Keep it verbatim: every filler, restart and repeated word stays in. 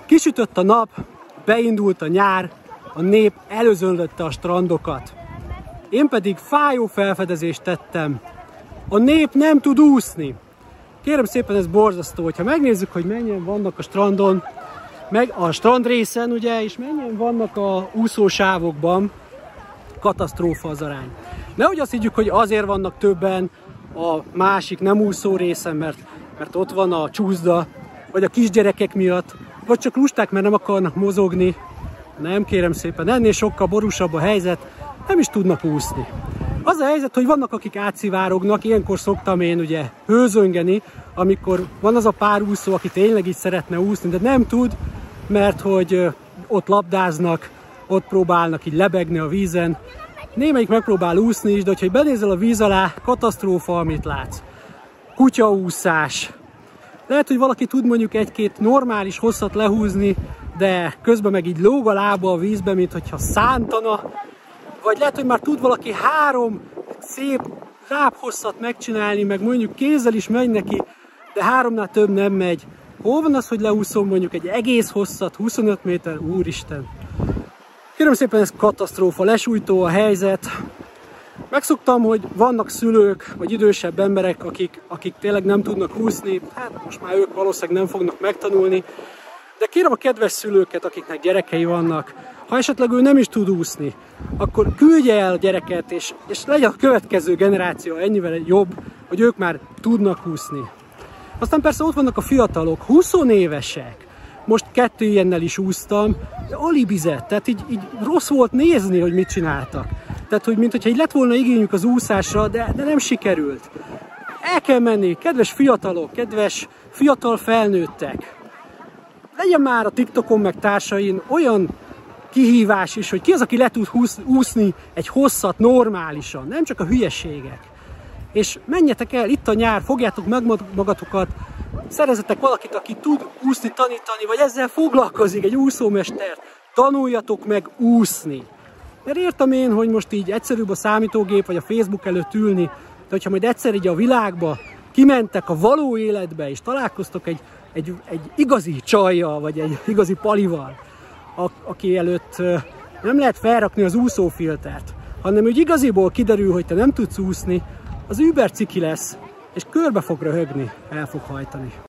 Kisütött a nap, beindult a nyár, a nép elözönlötte a strandokat. Én pedig fájó felfedezést tettem. A nép nem tud úszni. Kérem szépen, ez borzasztó, hogyha megnézzük, hogy mennyien vannak a strandon, meg a strandrészen, ugye, és mennyien vannak a úszósávokban, katasztrófa az arány. Nehogy azt higgyük, hogy azért vannak többen a másik nem úszó részen, mert, mert ott van a csúszda, vagy a kisgyerekek miatt, vagy csak lusták, mert nem akarnak mozogni. Nem, kérem szépen, ennél sokkal borúsabb a helyzet, nem is tudnak úszni. Az a helyzet, hogy vannak, akik átszivárognak, ilyenkor szoktam én ugye hőzöngeni, amikor van az a pár úszó, aki tényleg így szeretne úszni, de nem tud, mert hogy ott labdáznak, ott próbálnak így lebegni a vízen. Némelyik megpróbál úszni is, de hogyha benézel a víz alá, katasztrófa, amit látsz. Kutyaúszás. Lehet, hogy valaki tud mondjuk egy-két normális hosszat lehúzni, de közben meg így lóg a lába a vízbe, mint hogyha szántana. Vagy lehet, hogy már tud valaki három szép lábhosszat megcsinálni, meg mondjuk kézzel is megy neki, de háromnál több nem megy. Hol van az, hogy leúszom mondjuk egy egész hosszat, huszonöt méter, úristen. Kérem szépen, ez katasztrófa, lesújtó a helyzet. Megszoktam, hogy vannak szülők, vagy idősebb emberek, akik, akik tényleg nem tudnak úszni, hát most már ők valószínűleg nem fognak megtanulni, de kérem a kedves szülőket, akiknek gyerekei vannak, ha esetleg ő nem is tud úszni, akkor küldje el a gyereket, és, és legyen a következő generáció ennyivel jobb, hogy ők már tudnak úszni. Aztán persze ott vannak a fiatalok, húsz évesek. Most kettő ilyennel is úsztam, de alibizett, tehát így, így rossz volt nézni, hogy mit csináltak. Tehát, hogy mintha így lett volna igényük az úszásra, de, de nem sikerült. El kell menni, kedves fiatalok, kedves fiatal felnőttek. Legyen már a TikTokon meg társain olyan kihívás is, hogy ki az, aki le tud úszni egy hosszat normálisan, nem csak a hülyeségek. És menjetek el, itt a nyár, fogjátok meg magatokat, szerezzetek valakit, aki tud úszni, tanítani, vagy ezzel foglalkozik, egy úszómestert. Tanuljatok meg úszni. Mert értem én, hogy most így egyszerűbb a számítógép, vagy a Facebook előtt ülni, de hogyha majd egyszer így a világba kimentek a való életbe, és találkoztok egy, egy, egy igazi csajjal, vagy egy igazi palival, a, aki előtt nem lehet felrakni az úszófiltert, hanem úgy igaziból kiderül, hogy te nem tudsz úszni, az über ciki lesz, és körbe fog röhögni, el fog hajtani.